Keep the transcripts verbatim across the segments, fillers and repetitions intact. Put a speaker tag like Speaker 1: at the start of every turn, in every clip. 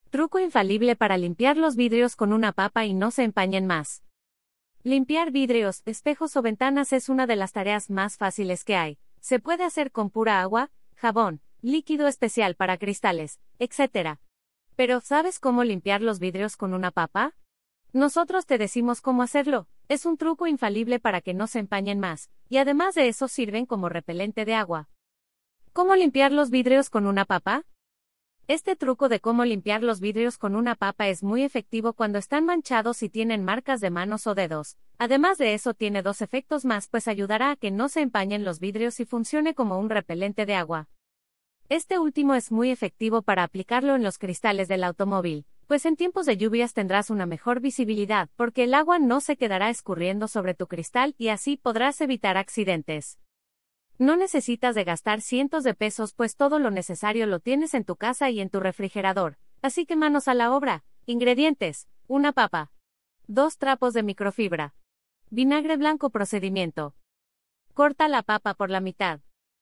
Speaker 1: Truco infalible para limpiar los vidrios con una papa y no se empañen más. Limpiar vidrios, espejos o ventanas es una de las tareas más fáciles que hay. Se puede hacer con pura agua, jabón, líquido especial para cristales, etcétera. Pero, ¿sabes cómo limpiar los vidrios con una papa? Nosotros te decimos cómo hacerlo. Es un truco infalible para que no se empañen más, y además de eso sirven como repelente de agua. ¿Cómo limpiar los vidrios con una papa? Este truco de cómo limpiar los vidrios con una papa es muy efectivo cuando están manchados y tienen marcas de manos o dedos. Además de eso tiene dos efectos más, pues ayudará a que no se empañen los vidrios y funcione como un repelente de agua. Este último es muy efectivo para aplicarlo en los cristales del automóvil, pues en tiempos de lluvias tendrás una mejor visibilidad porque el agua no se quedará escurriendo sobre tu cristal y así podrás evitar accidentes. No necesitas de gastar cientos de pesos, pues todo lo necesario lo tienes en tu casa y en tu refrigerador, así que manos a la obra. Ingredientes: una papa, dos trapos de microfibra, vinagre blanco. Procedimiento: corta la papa por la mitad.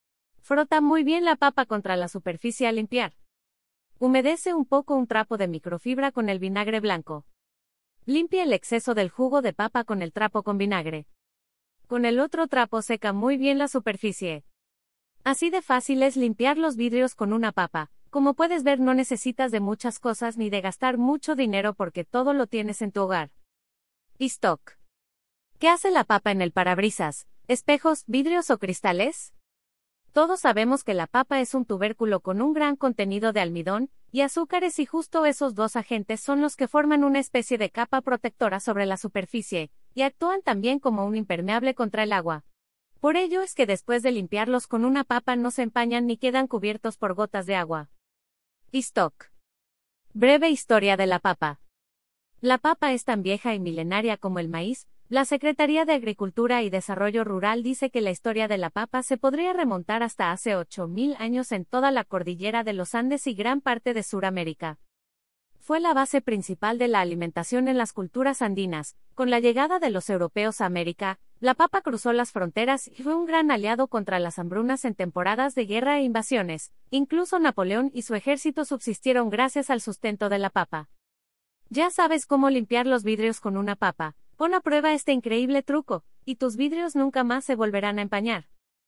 Speaker 1: Frota muy bien la papa contra la superficie al limpiar. Humedece un poco un trapo de microfibra con el vinagre blanco. Limpia el exceso del jugo de papa con el trapo con vinagre. Con el otro trapo seca muy bien la superficie. Así de fácil es limpiar los vidrios con una papa. Como puedes ver, no necesitas de muchas cosas ni de gastar mucho dinero porque todo lo tienes en tu hogar. Stock. ¿Qué hace la papa en el parabrisas, espejos, vidrios o cristales? Todos sabemos que la papa es un tubérculo con un gran contenido de almidón y azúcares, y justo esos dos agentes son los que forman una especie de capa protectora sobre la superficie, y actúan también como un impermeable contra el agua. Por ello es que después de limpiarlos con una papa no se empañan ni quedan cubiertos por gotas de agua. Stock. Breve historia de la papa. La papa es tan vieja y milenaria como el maíz. La Secretaría de Agricultura y Desarrollo Rural dice que la historia de la papa se podría remontar hasta hace ocho mil años en toda la cordillera de los Andes y gran parte de Suramérica. Fue la base principal de la alimentación en las culturas andinas. Con la llegada de los europeos a América, la papa cruzó las fronteras y fue un gran aliado contra las hambrunas en temporadas de guerra e invasiones. Incluso Napoleón y su ejército subsistieron gracias al sustento de la papa. Ya sabes cómo limpiar los vidrios con una papa. Pon a prueba este increíble truco, y tus vidrios nunca más se volverán a empañar.